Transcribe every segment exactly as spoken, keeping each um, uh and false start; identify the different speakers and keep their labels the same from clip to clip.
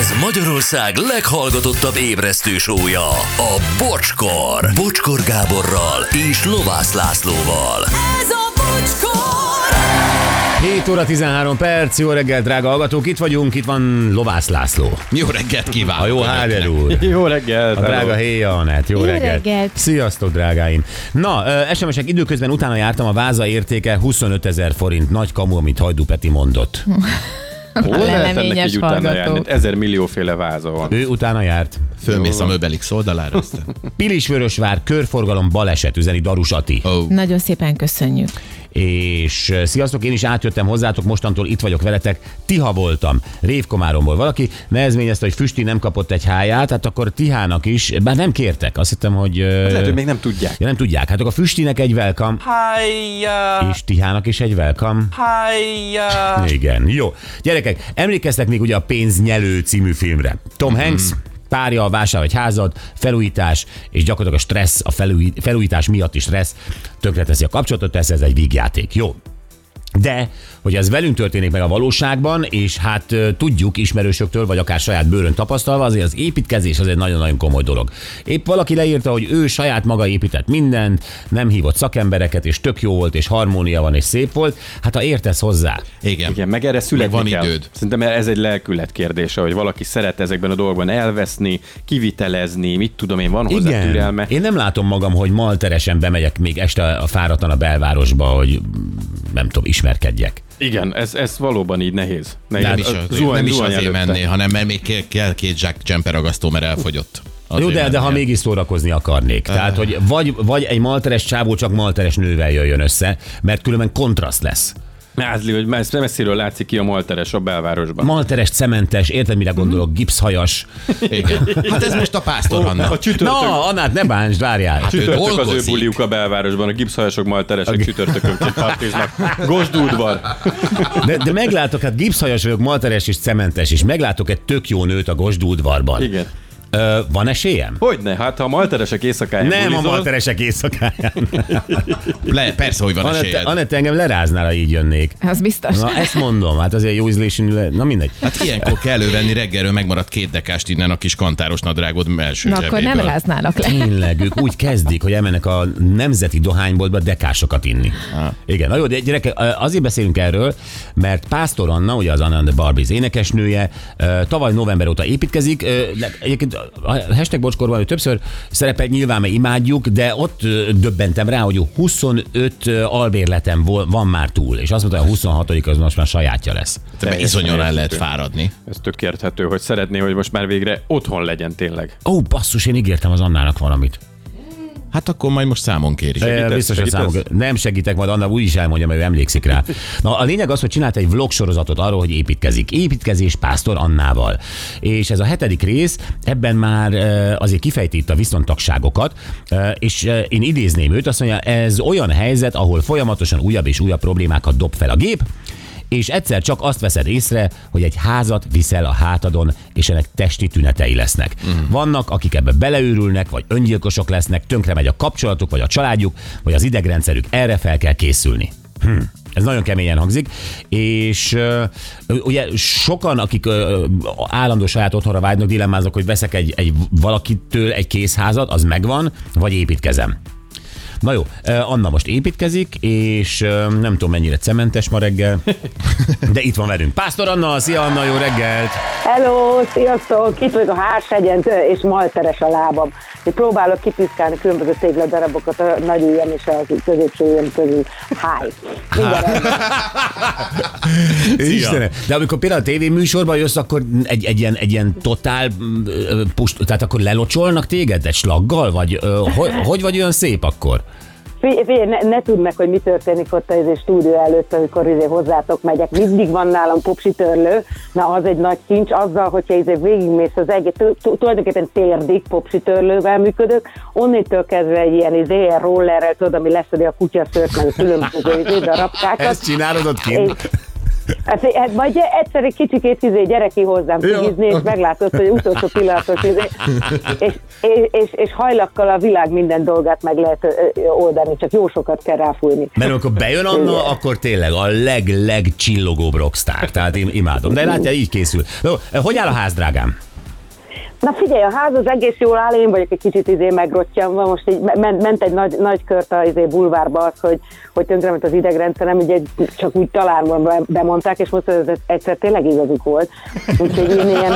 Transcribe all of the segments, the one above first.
Speaker 1: Ez Magyarország leghallgatottabb ébresztő sója, a Bocskor. Bocskor Gáborral és Lovász Lászlóval.
Speaker 2: Ez a Bocskor!
Speaker 3: hét óra tizenhárom perc, jó reggel, drága hallgatók, itt vagyunk, itt van Lovász László.
Speaker 4: Jó reggelt kívánok!
Speaker 3: A jó Háder úr.
Speaker 5: Jó reggelt!
Speaker 3: A drága Héja Anett, jó,
Speaker 2: Jó
Speaker 3: reggelt.
Speaker 2: reggelt.
Speaker 3: Sziasztok, drágáim. Na, es em esek időközben utána jártam, a váza értéke huszonötezer forint. Nagy kamu, amit Hajdú Peti mondott.
Speaker 5: Hol lehet ennek
Speaker 2: Leleményes
Speaker 5: így utána
Speaker 2: hallgató.
Speaker 5: járni? Ezer millióféle váza van.
Speaker 3: Ő utána járt.
Speaker 4: Fölmész a Möbelix oldalára, aztán...
Speaker 3: Pilisvörösvár, körforgalom, baleset, üzeni Darus Ati.
Speaker 4: Oh.
Speaker 2: Nagyon szépen köszönjük.
Speaker 3: És sziasztok, én is átjöttem hozzátok, mostantól itt vagyok veletek. Tiha voltam, Révkomáromból. Valaki nehezményezte, hogy Füsti nem kapott egy háját, hát akkor Tihának is, bár nem kértek, azt hittem, hogy...
Speaker 5: Lehet, hogy még nem tudják.
Speaker 3: Ja, nem tudják, hát akkor Füstinek egy welcome,
Speaker 5: Hájjá!
Speaker 3: és Tihának is egy welcome.
Speaker 5: Hájjá!
Speaker 3: Igen, jó. Gyerekek, emlékeztek még ugye a Pénznyelő című filmre? Tom Hanks, párja vásárol egy házat, felújítás, és gyakorlatilag a stressz, a felúj, felújítás miatti stressz tönkreteszi a kapcsolatot, ez, ez egy vígjáték. Jó. De, hogy ez velünk történik meg a valóságban, és hát tudjuk ismerősöktől, vagy akár saját bőrön tapasztalva, azért az építkezés az egy nagyon-nagyon komoly dolog. Épp valaki leírta, hogy ő saját maga épített mindent, nem hívott szakembereket, és tök jó volt, és harmónia van, és szép volt. Hát ha értesz hozzá.
Speaker 4: Igen.
Speaker 5: Igen, meg erre születni
Speaker 4: van
Speaker 5: kell.
Speaker 4: időd.
Speaker 5: Szerintem ez egy lelkület kérdése, hogy valaki szeret ezekben a dolgokban elveszni, kivitelezni, mit tudom én, van hozzá
Speaker 3: Igen.
Speaker 5: türelme.
Speaker 3: Én nem látom magam, hogy malteresen bemegyek még este a fáradtan a belvárosba, hogy nem tudom, ismerkedjek.
Speaker 5: Igen, ez, ez valóban így nehéz. nehéz.
Speaker 4: Nem is,
Speaker 5: A
Speaker 4: az,
Speaker 5: zuhany-
Speaker 4: nem is
Speaker 5: zuhany
Speaker 4: azért
Speaker 5: előtte.
Speaker 4: mennél, hanem mert még kell, kell két zsák csemperagasztó, mert elfogyott.
Speaker 3: Jó,
Speaker 4: Azért
Speaker 3: de, de ha
Speaker 4: mennél.
Speaker 3: mégis szórakozni akarnék. Tehát, hogy vagy, vagy egy malteres csávó csak malteres nővel jöjjön össze, mert különben kontraszt lesz.
Speaker 5: Mázli, hogy mess- messziről látszik ki a malteres a belvárosban.
Speaker 3: Malteres, cementes, érted, mire gondolok, gipszhajas.
Speaker 4: Igen. Hát ez most a pásztor Anna.
Speaker 5: A csütörtök,
Speaker 3: Na, Annát, ne bántsd, várjál.
Speaker 4: Hát ő
Speaker 5: csütörtök az ő
Speaker 4: dolgozik.
Speaker 5: buliuk a belvárosban, a gipszhajasok malteresek csütörtökönként partiznak. Gosdúdvar.
Speaker 3: De, de meglátok, hát gipszhajas vagyok, malteres és cementes, és meglátok egy tök jó nőt a Gosdúdvarban.
Speaker 5: Igen.
Speaker 3: Ö, van esélyem?
Speaker 5: Hogyne, hát ha a malteresek éjszakáján
Speaker 3: Nem a
Speaker 5: bulizol,
Speaker 3: malteresek éjszakáján.
Speaker 4: Le, persze, hogy van
Speaker 3: Anett,
Speaker 4: esélyed.
Speaker 3: Anett, engem leráznál, ha így jönnék.
Speaker 2: Az biztos.
Speaker 3: Na, ezt mondom, hát azért jó ízlésű, le... na mindegy.
Speaker 4: Hát ilyenkor kell elővenni reggelről, megmaradt két dekást innen a kis kantáros nadrágod első
Speaker 2: Na akkor nem
Speaker 4: zsebéből.
Speaker 2: ráználak le.
Speaker 3: Tényleg, ők úgy kezdik, hogy elmennek a nemzeti dohányboltba dekásokat inni. Igen, na jó, de gyerekek, azért beszélünk erről, mert Pásztor Anna, ugye az Anna and the Barbies énekesnője, tavaly november óta építkezik. Egyébként a hashtag Bocskorban ő többször szerepel, nyilván mert imádjuk, de ott döbbentem rá, hogy huszonöt albérletem van már túl, és azt mondta, hogy a huszonhatodik az most már sajátja lesz.
Speaker 4: Te izonyan el lehet fáradni.
Speaker 5: ez tök érthető, hogy szeretné, hogy most már végre otthon legyen tényleg.
Speaker 3: Ó, basszus, én ígértem az Annának valamit.
Speaker 4: Hát akkor majd most számon kéri.
Speaker 5: Segítesz?
Speaker 3: Biztos, hogy
Speaker 5: Segítesz?
Speaker 3: számok. Nem segítek, majd Anna úgy is elmondja, mert ő emlékszik rá. Na, a lényeg az, hogy csinált egy vlog sorozatot arról, hogy építkezik. Építkezés Pásztor Annával. És ez a hetedik rész, ebben már eh, azért kifejti itt a viszontagságokat, eh, és eh, én idézném őt, azt mondja, ez olyan helyzet, ahol folyamatosan újabb és újabb problémákat dob fel a gép, és egyszer csak azt veszed észre, hogy egy házat viszel a hátadon, és ennek testi tünetei lesznek. Uh-huh. Vannak, akik ebbe beleőrülnek, vagy öngyilkosok lesznek, tönkre megy a kapcsolatuk, vagy a családjuk, vagy az idegrendszerük, erre fel kell készülni. Hm. Ez nagyon keményen hangzik, és uh, ugye sokan, akik uh, állandó saját otthonra vágynak, dilemmáznak, hogy veszek egy, egy valakitől egy készházat, az megvan, vagy építkezem. Na jó, Anna most építkezik, és nem tudom mennyire cementes ma reggel, de itt van velünk. Pásztor Anna, szia Anna, jó reggelt!
Speaker 6: Hello, sziasztok! Itt vagyok a Hárshegyen, és malteres a lábam. Én próbálok kipiszkálni különböző tégladarabokat a nagy ujjam és a középső ujjam közül. Háj!
Speaker 3: Istenem, de amikor például a tévéműsorban jössz, akkor egy, egy, ilyen, egy ilyen totál pust, tehát akkor lelocsolnak téged egy slaggal, vagy ö, hogy, hogy vagy olyan szép akkor?
Speaker 6: Figyelj, ne, ne tudd meg, hogy mi történik ott a stúdió előtt, amikor izé hozzátok megyek. Mindig van nálam popsitörlő, na az egy nagy kincs, azzal, hogyha izé végigmész az egész, tulajdonképpen térdig popsitörlővel működök, onnitől kezdve egy ilyen izé, ilyen rollerrel, tudod, ami leszedi a kutyaszőrt, meg a különböző izé, darabkákat.
Speaker 3: Ezt csinálod ott kint?
Speaker 6: Hát, hát majd egyszer egy kicsikét izé, gyere ki hozzám kigizni, és meglátod, hogy utolsó pillanatos izé, és, és, és, és hajlakkal a világ minden dolgát meg lehet oldani, csak jó sokat kell ráfújni.
Speaker 3: Mert amikor bejön Anna, akkor tényleg a leg-leg csillogóbb rockstar, tehát én imádom. De látja, így készül. Jó, hogy áll a ház, drágám?
Speaker 6: Na figyelj, a ház az egész jól áll, én vagyok egy kicsit izé megrottyanva, most így ment, ment egy nagy, nagy kört a izé bulvárba az, hogy, hogy tönkrement az idegrendszerem, ugye csak úgy találban bemondták, és most ez egyszer tényleg igazuk volt. Úgyhogy én ilyen...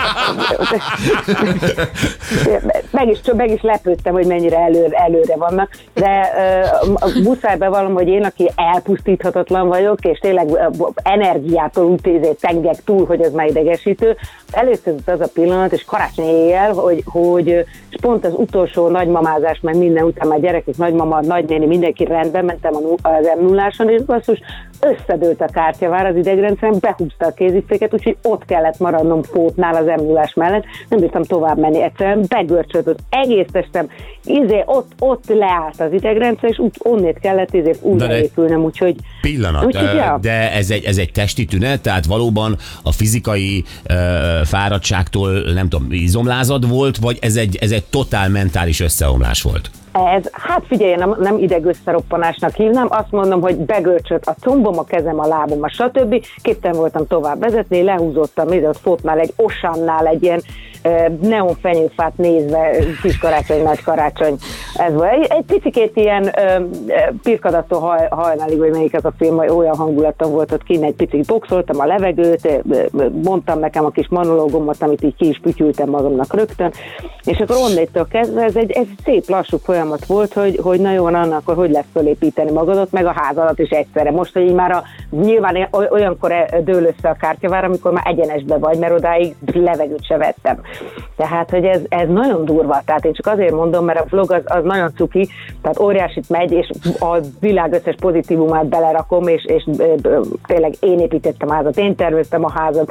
Speaker 6: meg, is, meg is lepődtem, hogy mennyire előre, előre vannak, de uh, muszáj bevallom, hogy én, aki elpusztíthatatlan vagyok, és tényleg uh, energiától úgy tengek túl, hogy ez már idegesítő, először az a pillanat, és karácsony éjjel, hogy, hogy és pont az utolsó nagymamázás, meg minden után már gyerekek, nagymama, nagynéni, mindenki rendben, mentem az em nulláson, és basszus, összedőlt a kártyavár az idegrendszerem, behúzta a kéziféket, úgyhogy ott kellett maradnom pótnál az em nullás mellett, nem bírtam tovább menni, egyszerűen begörcsölt az egész testem, izé, ott, ott leállt az idegrendszer, és úgy onnét kellett izé újraépülnem, úgyhogy...
Speaker 3: Pillanat,
Speaker 6: úgyhogy, ja.
Speaker 3: de ez egy, ez egy testi tünet, tehát valóban a fizikai uh, fáradtságtól, nem tudom, izomlázad volt, vagy ez egy, ez egy totál mentális összeomlás volt?
Speaker 6: Ez, hát figyelj, nem, nem idegösszeroppanásnak hívnám, azt mondom, hogy begörcsölt a combom, a kezem, a lábom, a stb. Képtelen voltam tovább vezetni, lehúzottam, ott fotnál egy Osannál egy ilyen uh, neonfenyőfát nézve, kis karácsony, nagy karácsony, ez volt. Egy, egy picikét ilyen uh, pirkadattól haj, hajnalig, hogy melyik ez a film, olyan hangulatom volt ott kint, egy picit boxoltam a levegőt, mondtam nekem a kis monológomat, amit így ki is pütyültem magamnak rögtön, és akkor onnétől kezdve ez egy, ez szép lassú folyamat volt, hogy, hogy na jó, Anna, akkor hogy lesz fölépíteni magadat, meg a ház alatt is egyszerre. Most, hogy így már a, nyilván olyankor dől össze a kártyavár, amikor már egyenesbe vagy, mert odáig levegőt se vettem. Tehát, hogy ez, ez nagyon durva. Tehát én csak azért mondom, mert a vlog az, az nagyon cuki, tehát óriásit megy, és a világ összes pozitívumát belerakom, és, és tényleg én építettem a házat, én terveztem a házat,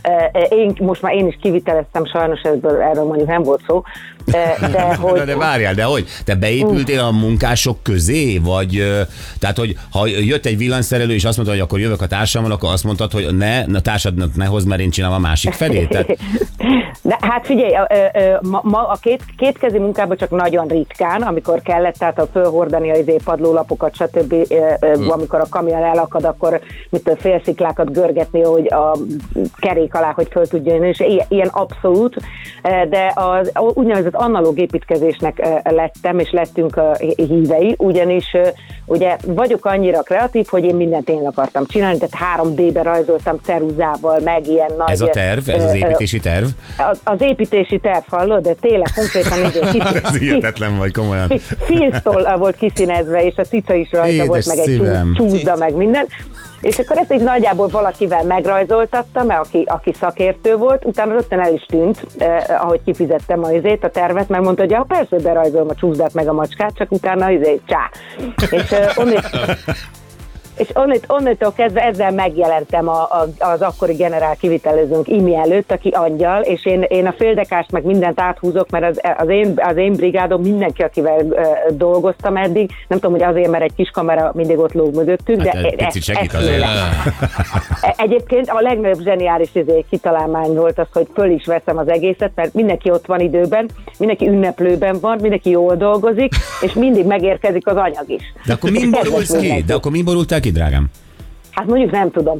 Speaker 6: én, most már én is kiviteleztem, sajnos ebből, erről mondjuk nem volt szó, de hogy...
Speaker 3: De várjál, de hogy? Te beépültél a munkások közé, vagy tehát, hogy ha jött egy villanyszerelő, és azt mondta, hogy akkor jövök a társammal, akkor azt mondtad, hogy ne, a társadnak ne hozd, mert én csinálom a másik felét? Tehát...
Speaker 6: De hát figyelj, ma, ma a két, kétkezi munkában csak nagyon ritkán, amikor kellett, tehát a fölhordani az padlólapokat, stb. Hmm. Amikor a kamion elakad, akkor mitől félsziklákat görgetni, hogy a kerék alá, hogy föl tudjon jönni, és ilyen abszolút, de az úgynevezett analóg építkezésnek lettem, és lettünk a hívei, ugyanis ugye vagyok annyira kreatív, hogy én mindent én akartam csinálni, tehát három dé-be rajzoltam ceruzával, meg ilyen nagy...
Speaker 3: Ez a terv? Ez az építési terv?
Speaker 6: Az, az építési terv, hallod, de tényleg konkrétan így...
Speaker 3: Ez hihetetlen vagy, komolyan.
Speaker 6: Filztól volt kiszínezve, és a cica is rajta édes volt, meg egy csúszda, meg minden. És akkor ezt így nagyjából valakivel megrajzoltattam, mert aki, aki szakértő volt, utána rögtön el is tűnt, eh, ahogy kifizettem a izét, a tervet, mert mondta, hogy ja, persze, berajzolom a csúszdát meg a macskát, csak utána izé, csá. És eh, onnét, és onnét, onnétől kezdve ezzel megjelentem a, a, az akkori generál kivitelezőnk Imi előtt, aki angyal, és én, én a féldekást meg mindent áthúzok, mert az, az, én, az én brigádom mindenki, akivel uh, dolgoztam eddig, nem tudom, hogy azért, mert egy kis kamera mindig ott lóg mögöttük, de
Speaker 3: hát
Speaker 6: e,
Speaker 3: e, segít azért.
Speaker 6: Egyébként a legnagyobb zseniális izé, kitalálmány volt az, hogy föl is veszem az egészet, mert mindenki ott van időben, mindenki ünneplőben van, mindenki jól dolgozik, és mindig megérkezik az anyag is.
Speaker 3: De akkor mi borulsz ki? De akkor mi borultál ki, drágám?
Speaker 6: Hát mondjuk nem tudom.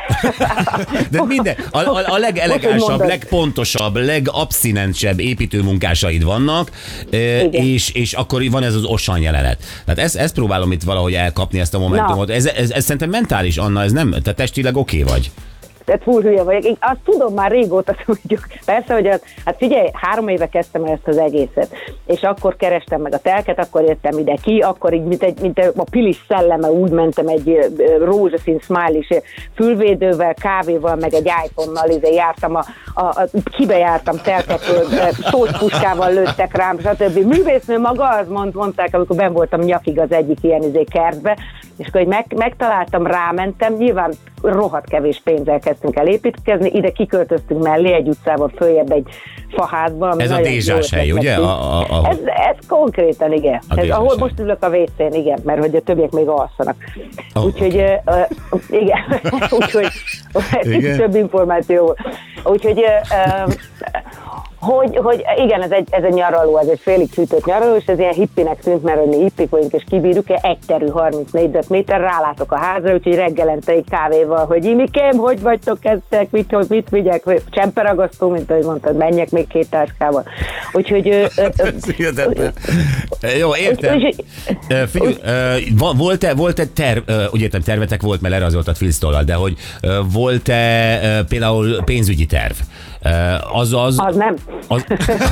Speaker 3: De minden, a, a, a legelegánsabb, legpontosabb, legabszinensebb építőmunkásaid vannak, és, és akkor van ez az Osan jelenet. Tehát ezt, ezt próbálom itt valahogy elkapni, ezt a momentumot. Ez, ez, ez szerintem mentális, Anna, ez nem, te testileg oké okay vagy.
Speaker 6: Tehát full hülye vagyok. Én azt tudom, már régóta tudjuk. Persze, hogy az, hát figyelj, három éve kezdtem el ezt az egészet, és akkor kerestem meg a telket, akkor jöttem ide ki, akkor így, mint, egy, mint a Pilis szelleme, úgy mentem egy rózsaszín smiley-s fülvédővel, kávéval, meg egy iPhone-nal, izé jártam, a, a, a, kibe jártam telkekről, szóspuskával lőttek rám, stb. Művésznő maga, az mond, mondták, amikor benn voltam nyakig az egyik ilyen izé kertbe, és akkor meg, megtaláltam, rámentem, nyilván rohadt kevés pénzzel kezdtünk el építkezni, ide kiköltöztünk mellé egy utcával följebb egy faházba.
Speaker 3: Ez a dézsás hely, ugye? A, a, a...
Speaker 6: Ez, ez konkrétan, igen. Ez, ahol
Speaker 3: hely.
Speaker 6: most ülök a vécén, igen, mert hogy a többiek még alszanak.
Speaker 3: Oh,
Speaker 6: Úgyhogy, okay. uh, uh, igen, úgyhogy
Speaker 3: igen.
Speaker 6: több információ. Úgyhogy uh, Hogy, hogy igen, ez egy, ez egy nyaraló, ez egy félig fűtött nyaraló, és ez ilyen hippinek tűnt, mert hogy mi hippik vagyunk, és kibírjuk, egyterű harminc négyzetméter, rálátok a házra, úgyhogy reggelente egy kávéval, hogy Imikém, hogy vagytok eztek, mit, hogy mit vigyek, csemperagasztó, mint ahogy mondtad, menjek még két táskával. Úgyhogy...
Speaker 3: Jó, értem. Figyelj, volt-e, volt-e terv, úgy értem, tervetek volt, mert lerajzoltad Filztollal, de hogy volt-e például pénzügyi terv? Az, az,
Speaker 6: az nem.
Speaker 3: Az...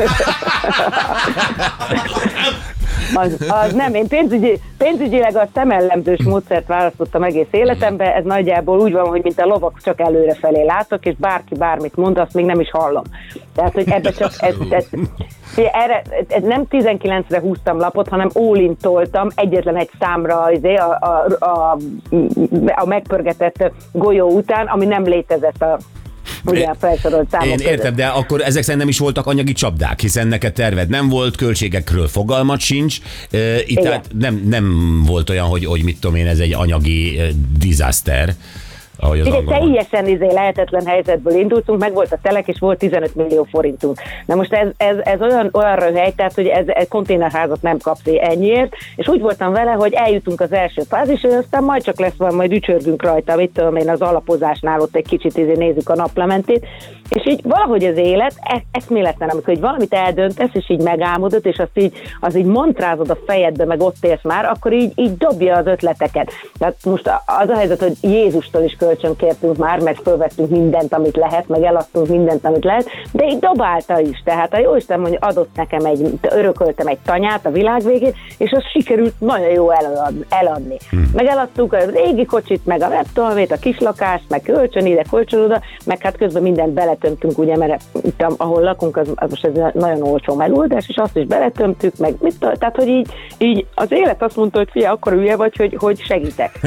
Speaker 6: az, az nem. Én pénzügyi, pénzügyileg a szemellenzős módszert választottam egész életemben. Ez nagyjából úgy van, hogy mint a lovak csak előrefelé látok, és bárki bármit mond, azt még nem is hallom. Tehát, hogy ebbe csak... Ez, ez, erre, ez nem tizenkilencre húztam lapot, hanem ólintoltam egyetlen egy számra a, a, a, a megpörgetett golyó után, ami nem létezett a ugye a felsorolt számok
Speaker 3: Én értem,
Speaker 6: között.
Speaker 3: de akkor ezek szerint nem is voltak anyagi csapdák, hiszen neked terved nem volt, költségekről fogalmat sincs. Itt tehát nem, nem volt olyan, hogy, hogy mit tudom én, ez egy anyagi disaster.
Speaker 6: Igen, teljesen izé lehetetlen helyzetből indultunk, meg volt a telek, és volt tizenöt millió forintunk. Na most ez, ez, ez olyan, olyan röhely, tehát hogy ez, ez konténerházat nem kapsz ennyiért, és úgy voltam vele, hogy eljutunk az első fázisra, és aztán majd csak lesz van, majd ücsörgünk rajta, mit tudom én, az alapozásnál ott egy kicsit izé nézzük a naplementét, és így valahogy az élet e- eszméletlen, amikor így valamit eldöntesz, és így megálmodod, és azt így, az így mantrázod a fejedbe, meg ott érsz már, akkor így, így dobja az ötleteket. Tehát most az a helyzet, hogy Jézustól is kölcsön kértünk már, meg fölvettünk mindent, amit lehet, meg eladtunk mindent, amit lehet, de így dobálta is. Tehát a Jóisten mondja, adott nekem egy, örököltem egy tanyát a világ végén, és az sikerült nagyon jó elad, eladni. Hmm. Meg eladtuk a régi kocsit, meg a webtolvét, a kislakást, meg kölcsön ide, kölcsön oda, meg hát közben mindent beletömtünk, ugye, mert itt, ahol lakunk, az, az most ez nagyon olcsó megoldás, és azt is beletömtük, meg mit, tehát, hogy így, így az élet azt mondta, hogy figyelj, akkor hülye vagy, hogy, hogy segítek.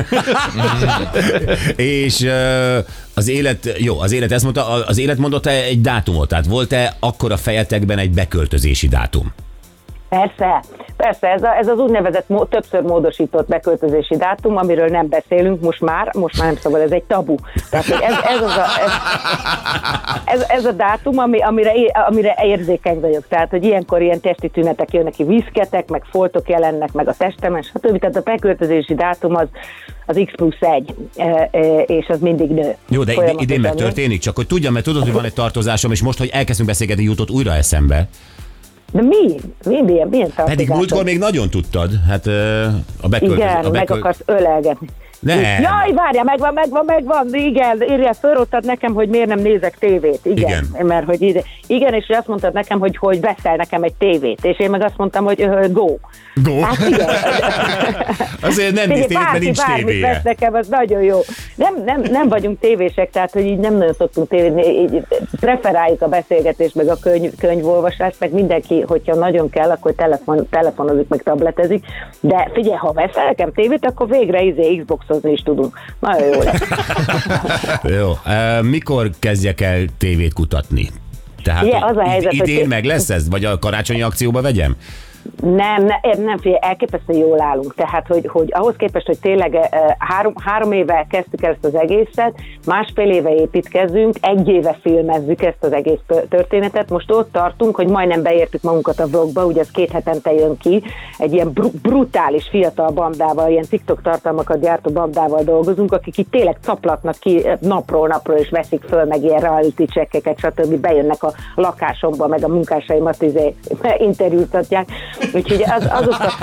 Speaker 3: És az élet, jó, az élet ezt mondta, az élet mondott egy dátumot, tehát volt-e akkor a fejetekben egy beköltözési dátum?
Speaker 6: Persze, persze, ez, a, ez az úgynevezett mo- többször módosított beköltözési dátum, amiről nem beszélünk most már, most már nem szabad, ez egy tabu. Tehát ez, ez, az a, ez, ez, ez a dátum, ami, amire, amire érzékeny vagyok. Tehát, hogy ilyenkor ilyen testi tünetek jönnek ki, viszketek, meg foltok jelennek, meg a testemen, stb. Tehát a beköltözési dátum az, az X plusz egy, és az mindig nő.
Speaker 3: Jó, de idén megtörténik, csak hogy tudjam, mert tudod, hogy van egy tartozásom, és most, hogy elkezdünk beszélgetni, jutott újra eszembe.
Speaker 6: De mi? Mi? Milyen, milyen tartozásod?
Speaker 3: Pedig múltkor még nagyon tudtad. Hát a beköltözés.
Speaker 6: Igen, a beköl... meg akarsz ölelgetni.
Speaker 3: Nem.
Speaker 6: Jaj, várja, megvan, megvan, megvan, igen, írja, fölrottad nekem, hogy miért nem nézek tévét, igen,
Speaker 3: igen.
Speaker 6: Mert hogy ide, igen, és azt mondtad nekem, hogy, hogy veszel nekem egy tévét, és én meg azt mondtam, hogy uh, go.
Speaker 3: Go?
Speaker 6: Hát igen.
Speaker 3: Azért nem néz tévét, mert nincs tévéje.
Speaker 6: Vesz nekem, az nagyon jó. Nem, nem, nem vagyunk tévések, tehát hogy így nem nagyon szoktunk tévét, így preferáljuk a beszélgetést, meg a könyv, könyvolvasást, meg mindenki, hogyha nagyon kell, akkor telefon, telefonozik, meg tabletezik, de figyelj, ha veszel nekem tévét, akkor végre izé Xbox is tudunk. Nagyon jó lesz.
Speaker 3: Jó. Mikor kezdjek el tévét kutatni? Tehát
Speaker 6: igen, az a helyzet,
Speaker 3: idén
Speaker 6: hogy...
Speaker 3: meg lesz ez? Vagy a karácsonyi akcióba vegyem?
Speaker 6: Nem, nem, nem figyelj, elképesztően jól állunk. Tehát, hogy, hogy ahhoz képest, hogy tényleg három, három éve kezdtük ezt az egészet, másfél éve építkezzünk, egy éve filmezzük ezt az egész történetet. Most ott tartunk, hogy majdnem beértük magunkat a vlogba, ugye az két hetente jön ki, egy ilyen br- brutális fiatal bandával, ilyen TikTok tartalmakat gyártó bandával dolgozunk, akik itt tényleg caplatnak ki napról napról, és veszik föl, meg ilyen reality checkeket, stb. Bejönnek a lakásomba, meg a munkásaimat izé, interjúztatják. Úgyhogy az, azok a,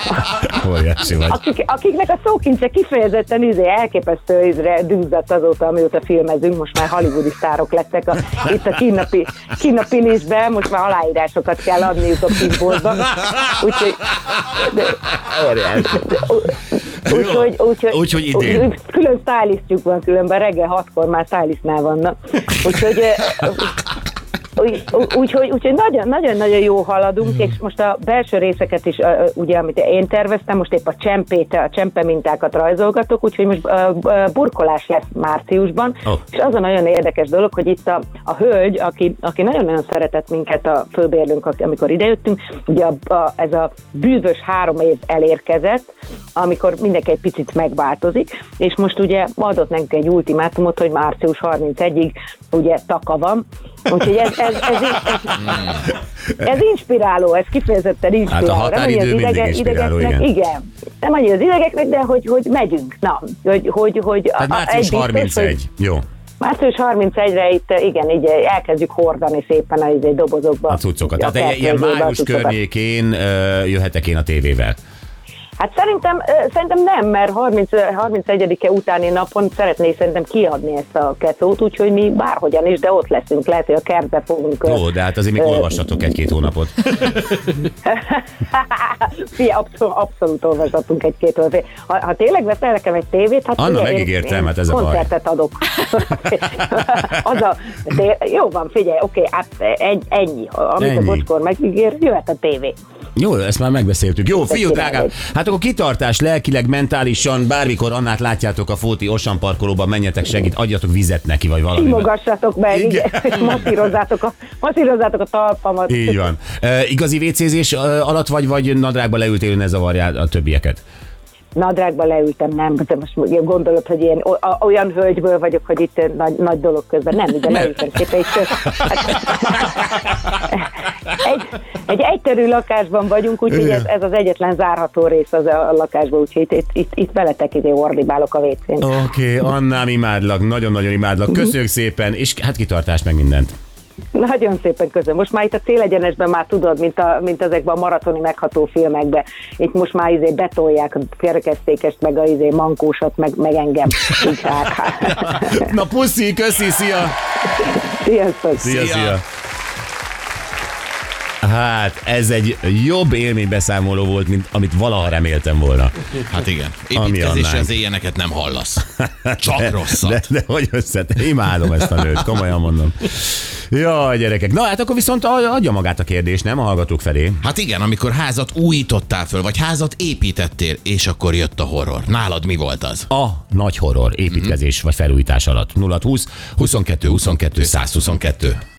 Speaker 6: akik, akiknek a szókincse kifejezetten izé, elképesztő izre dűzzadt azóta, amióta filmezünk, most már hollywoodi sztárok lettek a, itt a kínnapi, kínnapi listben, most már aláírásokat kell adniuk a pinboltba. Úgyhogy úgyhogy úgyhogy
Speaker 3: úgyhogy idén.
Speaker 6: Külön stylistjuk van, különben reggel hatkor már stylistnál vannak. Úgyhogy Úgyhogy úgy, nagyon-nagyon jó haladunk, és most a belső részeket is, ugye, amit én terveztem, most épp a csempét, a csempe mintákat rajzolgatok, úgyhogy most burkolás lesz márciusban, oh. és az a nagyon érdekes dolog, hogy itt a, a hölgy, aki, aki nagyon-nagyon szeretett minket a főbérlőnk, amikor idejöttünk, ugye a, a, ez a bűvös három év elérkezett, amikor mindenki egy picit megváltozik, és most ugye adott nekünk egy ultimátumot, hogy március harmincegyedikéig ugye taka van, úgyhogy ez, ez, ez, ez, ez inspiráló, ez kifejezetten inspiráló.
Speaker 3: Hát a határidő mindig idege, inspiráló, igen.
Speaker 6: Igen. Nem annyi az idegeknek, de hogy, hogy megyünk. Na, hogy, hogy, hogy
Speaker 3: hát március harmincegy, jó.
Speaker 6: március harmincegyedikére itt, igen, így elkezdjük hordani szépen a izé, dobozokba.
Speaker 3: A cuccokat. Tehát egy ilyen május környékén jöhetek én a tévével.
Speaker 6: Hát szerintem, szerintem nem, mert harminc, harmincegyedike utáni napon szeretné szerintem kiadni ezt a kecót, úgyhogy mi bárhogyan is, de ott leszünk, lehet, hogy a kertbe fogunk.
Speaker 3: Ó, de hát azért még olvassatok egy-két hónapot.
Speaker 6: Fia, abszolút, abszolút olvashatunk egy-két hónapot. Ha, ha tényleg veszel nekem egy tévét, hát
Speaker 3: Anna,
Speaker 6: figyelj,
Speaker 3: megígértem,
Speaker 6: én,
Speaker 3: hát ez a baj.
Speaker 6: Koncertet adok. Az a, de, jó van, figyelj, oké, hát egy, ennyi. Amit ennyi. A Bocskor megígér, jöhet a tévé.
Speaker 3: Jó, ezt már megbeszéltük. Jó, fiú drágám, hát akkor kitartás lelkileg, mentálisan, bármikor Annát látjátok a Fóti Ocean parkolóban, menjetek, segít, adjatok vizet neki, vagy valami.
Speaker 6: Simogassatok meg, igen, és masszírozzátok a, masszírozzátok a talpamat.
Speaker 3: Így van. E, igazi vécézés alatt vagy, vagy nadrágba leültél, ne zavarjál a többieket?
Speaker 6: Nadrágba leültem, nem, de most gondolod, hogy én olyan hölgyből vagyok, hogy itt nagy, nagy dolog közben. Nem, ugye leültem szépen, és egy, egy egyterű lakásban vagyunk, úgyhogy ez, ez az egyetlen zárható rész az a lakásban, úgyhogy itt, itt, itt, itt veletek ide ordibálok a vécén.
Speaker 3: Oké, okay, Annám, imádlak, nagyon-nagyon imádlak. Köszönjük szépen, és hát kitartás meg mindent.
Speaker 6: Nagyon szépen köszönöm. Most már itt a célegyenesben már tudod, mint, a, mint ezekben a maratoni megható filmekben. Itt most már izé betolják a kerekesztékest, meg a izé mankósat, meg, meg engem.
Speaker 3: Na puszi, köszi, szia!
Speaker 6: Sziasztok!
Speaker 3: Szia, szia! Hát, ez egy jobb élménybeszámoló volt, mint amit valaha reméltem volna.
Speaker 4: Hát igen. Építkezésre az éjjeneket nem hallasz. Csak
Speaker 3: de,
Speaker 4: rosszat.
Speaker 3: De, de hogy össze, imádom ezt a nőt, komolyan mondom. Jaj, gyerekek. Na hát akkor viszont adja magát a kérdés, nem a hallgatók felé.
Speaker 4: Hát igen, amikor házat újítottál föl, vagy házat építettél, és akkor jött a horror. Nálad mi volt az?
Speaker 3: A nagy horror, építkezés mm-hmm. vagy felújítás alatt. nulla húsz huszonkettő huszonkettő száz huszonkettő